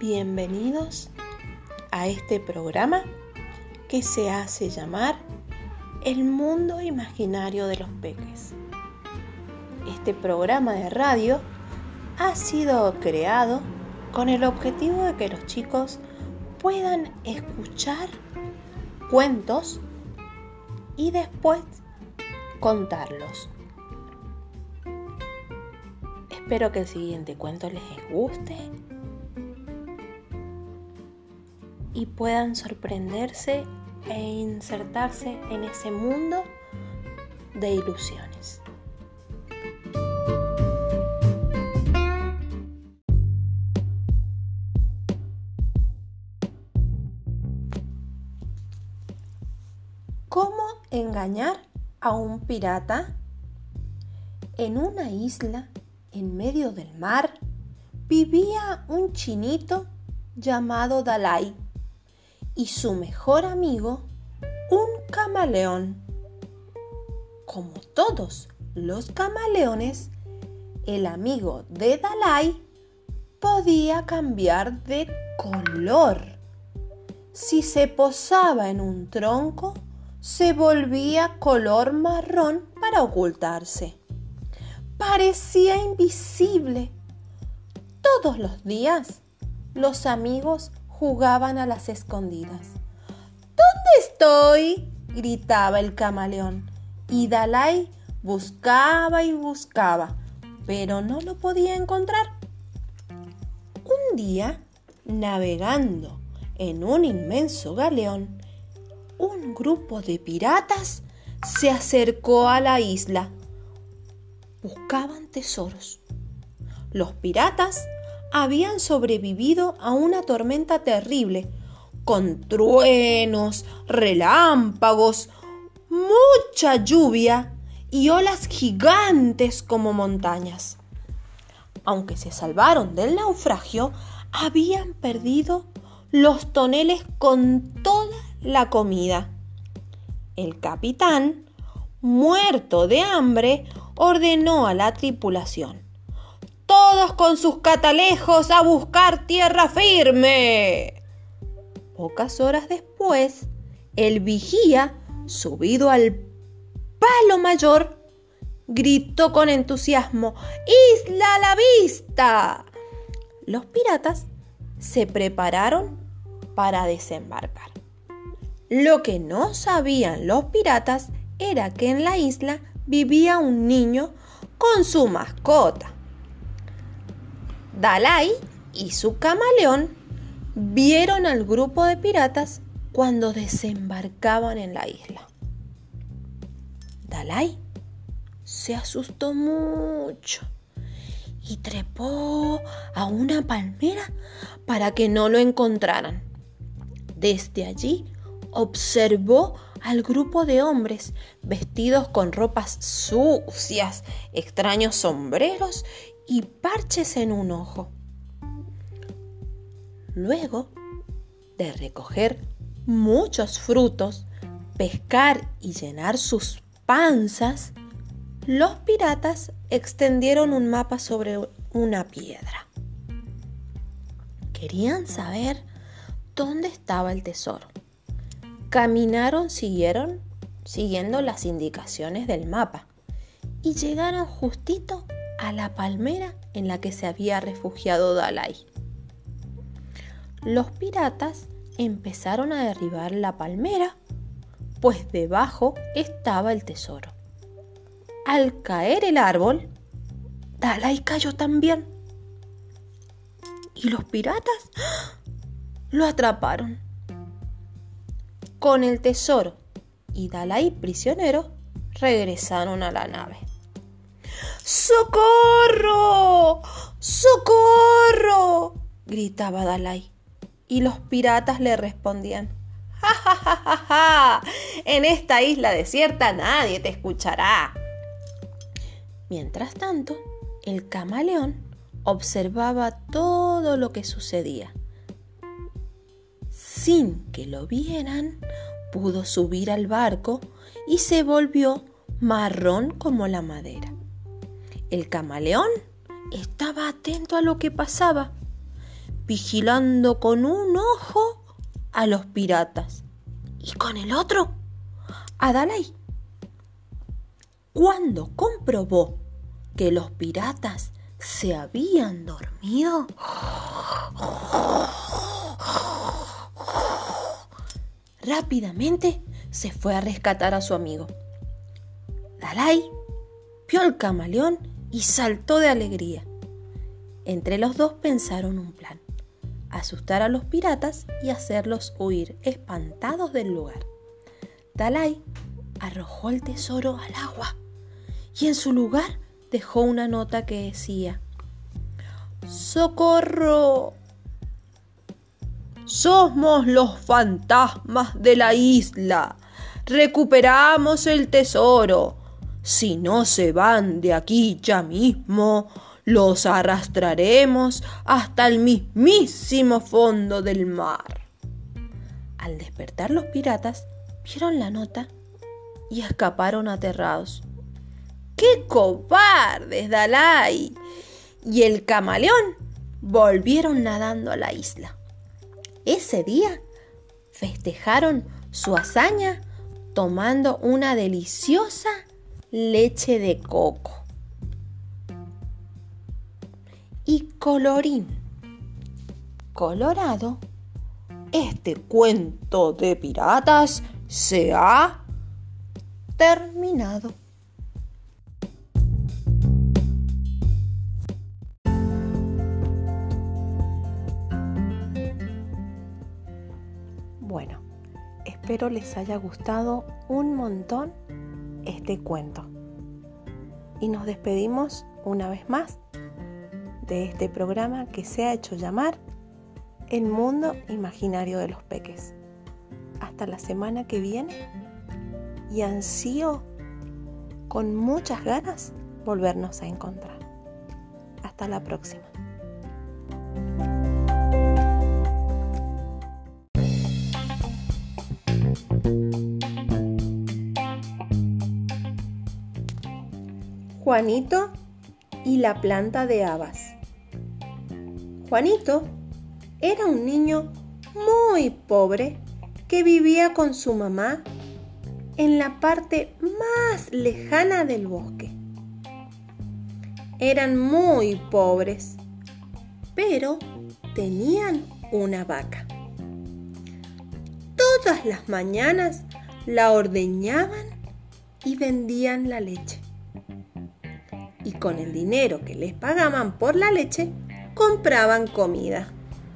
Bienvenidos a este programa que se hace llamar El Mundo Imaginario de los Peques. Este programa de radio ha sido creado con el objetivo de que los chicos puedan escuchar cuentos y después contarlos. Espero que el siguiente cuento les guste y puedan sorprenderse e insertarse en ese mundo de ilusiones. ¿Cómo engañar a un pirata? En una isla en medio del mar vivía un chinito llamado Dalai y su mejor amigo, un camaleón. Como todos los camaleones, el amigo de Dalai podía cambiar de color. Si se posaba en un tronco, se volvía color marrón para ocultarse. Parecía invisible. Todos los días, los amigos jugaban a las escondidas. ¿Dónde estoy?, gritaba el camaleón, y Dalai buscaba y buscaba, pero no lo podía encontrar. Un día, navegando en un inmenso galeón, un grupo de piratas se acercó a la isla. Buscaban tesoros. Los piratas habían sobrevivido a una tormenta terrible, con truenos, relámpagos, mucha lluvia y olas gigantes como montañas. Aunque se salvaron del naufragio, habían perdido los toneles con toda la comida. El capitán, muerto de hambre, ordenó a la tripulación: ¡todos con sus catalejos a buscar tierra firme! Pocas horas después, el vigía, subido al palo mayor, gritó con entusiasmo: ¡Isla a la vista! Los piratas se prepararon para desembarcar. Lo que no sabían los piratas era que en la isla vivía un niño con su mascota. Dalai y su camaleón vieron al grupo de piratas cuando desembarcaban en la isla. Dalai se asustó mucho y trepó a una palmera para que no lo encontraran. Desde allí observó al grupo de hombres vestidos con ropas sucias, extraños sombreros y parches en un ojo. Luego de recoger muchos frutos, pescar y llenar sus panzas, los piratas extendieron un mapa sobre una piedra. Querían saber dónde estaba el tesoro. Caminaron siguiendo las indicaciones del mapa y llegaron justito a la palmera en la que se había refugiado Dalai. Los piratas empezaron a derribar la palmera, pues debajo estaba el tesoro. Al caer el árbol, Dalai cayó también. Y los piratas lo atraparon. Con el tesoro y Dalai prisionero, regresaron a la nave. ¡Socorro! ¡Socorro!, gritaba Dalai, y los piratas le respondían: ¡ja, ja, ja, ja, ja! En esta isla desierta nadie te escuchará. Mientras tanto, el camaleón observaba todo lo que sucedía. Sin que lo vieran, pudo subir al barco y se volvió marrón como la madera. El camaleón estaba atento a lo que pasaba, vigilando con un ojo a los piratas y con el otro a Dalai. Cuando comprobó que los piratas se habían dormido, rápidamente se fue a rescatar a su amigo. Dalai vio al camaleón y saltó de alegría. Entre los dos pensaron un plan: asustar a los piratas y hacerlos huir espantados del lugar. Dalai arrojó el tesoro al agua y en su lugar dejó una nota que decía: ¡Socorro! Somos los fantasmas de la isla. Recuperamos el tesoro. Si no se van de aquí ya mismo, los arrastraremos hasta el mismísimo fondo del mar. Al despertar los piratas, vieron la nota y escaparon aterrados. ¡Qué cobardes, Dalai! Y el camaleón volvieron nadando a la isla. Ese día festejaron su hazaña tomando una deliciosa leche de coco. Y colorín colorado, este cuento de piratas se ha terminado. Bueno, espero les haya gustado un montón este cuento. Y nos despedimos una vez más de este programa que se ha hecho llamar El Mundo Imaginario de los Peques. Hasta la semana que viene y ansío con muchas ganas volvernos a encontrar. Hasta la próxima. Juanito y la planta de habas. Juanito era un niño muy pobre que vivía con su mamá en la parte más lejana del bosque. Eran muy pobres, pero tenían una vaca. Todas las mañanas la ordeñaban y vendían la leche. Y con el dinero que les pagaban por la leche, compraban comida.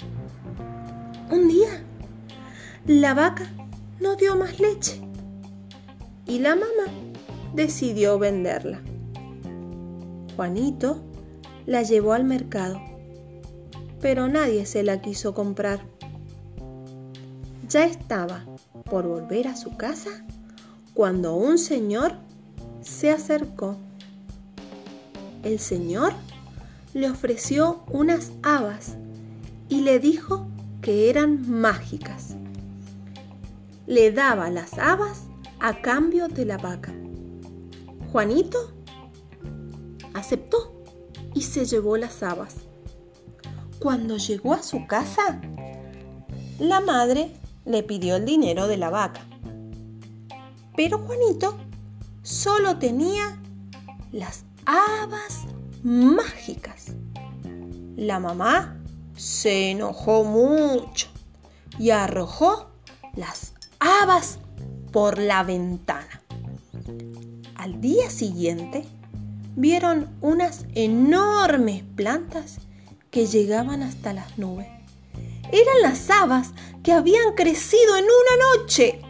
Un día, la vaca no dio más leche y la mamá decidió venderla. Juanito la llevó al mercado, pero nadie se la quiso comprar. Ya estaba por volver a su casa cuando un señor se acercó. El señor le ofreció unas habas y le dijo que eran mágicas. Le daba las habas a cambio de la vaca. Juanito aceptó y se llevó las habas. Cuando llegó a su casa, la madre le pidió el dinero de la vaca. Pero Juanito solo tenía las habas mágicas. La mamá se enojó mucho y arrojó las habas por la ventana. Al día siguiente vieron unas enormes plantas que llegaban hasta las nubes. Eran las habas que habían crecido en una noche.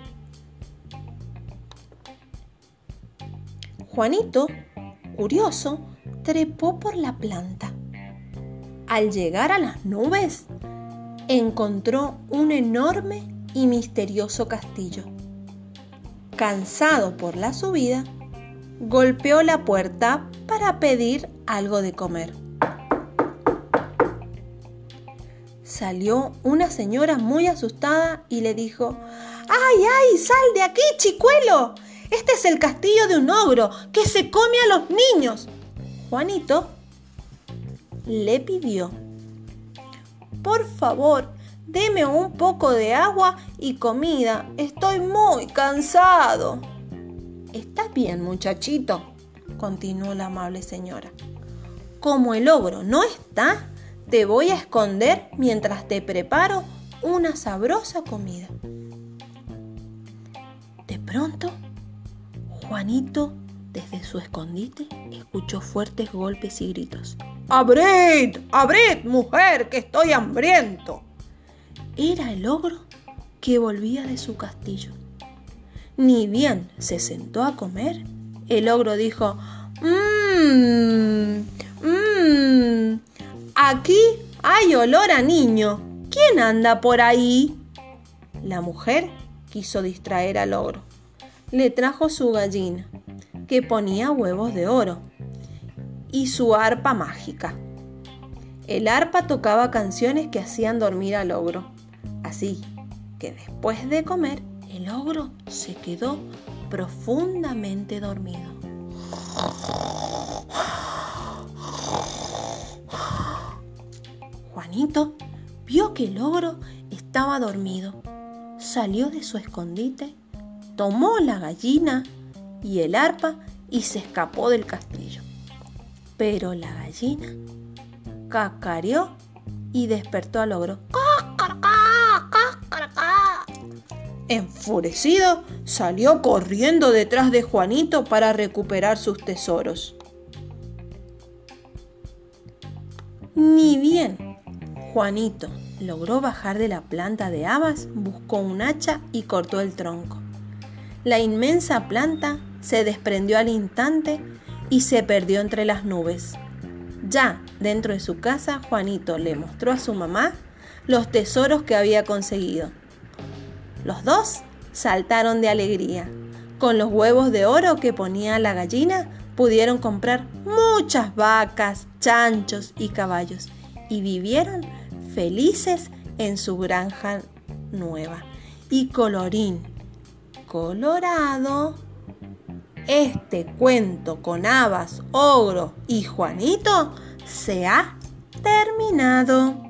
Juanito, curioso, trepó por la planta. Al llegar a las nubes, encontró un enorme y misterioso castillo. Cansado por la subida, golpeó la puerta para pedir algo de comer. Salió una señora muy asustada y le dijo: ¡Ay, ay! ¡Sal de aquí, chicuelo! Este es el castillo de un ogro que se come a los niños. Juanito le pidió por favor, deme un poco de agua y comida. Estoy muy cansado. «¿Estás bien, muchachito?», continuó la amable señora. «Como el ogro no está, te voy a esconder mientras te preparo una sabrosa comida». De pronto, Juanito, desde su escondite, escuchó fuertes golpes y gritos. «¡Abrid! ¡Abrid, mujer, que estoy hambriento!». Era el ogro que volvía de su castillo. Ni bien se sentó a comer, el ogro dijo: «Aquí hay olor a niño. ¿Quién anda por ahí?». La mujer quiso distraer al ogro. Le trajo su gallina, que ponía huevos de oro, y su arpa mágica. El arpa tocaba canciones que hacían dormir al ogro. Así que después de comer, el ogro se quedó profundamente dormido. Juanito vio que el ogro estaba dormido. Salió de su escondite, tomó la gallina y el arpa y se escapó del castillo. Pero la gallina cacareó y despertó al ogro. Enfurecido, salió corriendo detrás de Juanito para recuperar sus tesoros. Ni bien Juanito logró bajar de la planta de habas, buscó un hacha y cortó el tronco. La inmensa planta se desprendió al instante y se perdió entre las nubes. Ya dentro de su casa, Juanito le mostró a su mamá los tesoros que había conseguido. Los dos saltaron de alegría. Con los huevos de oro que ponía la gallina, pudieron comprar muchas vacas, chanchos y caballos y vivieron felices en su granja nueva. Y colorín colorado, este cuento con habas, ogro y Juanito se ha terminado.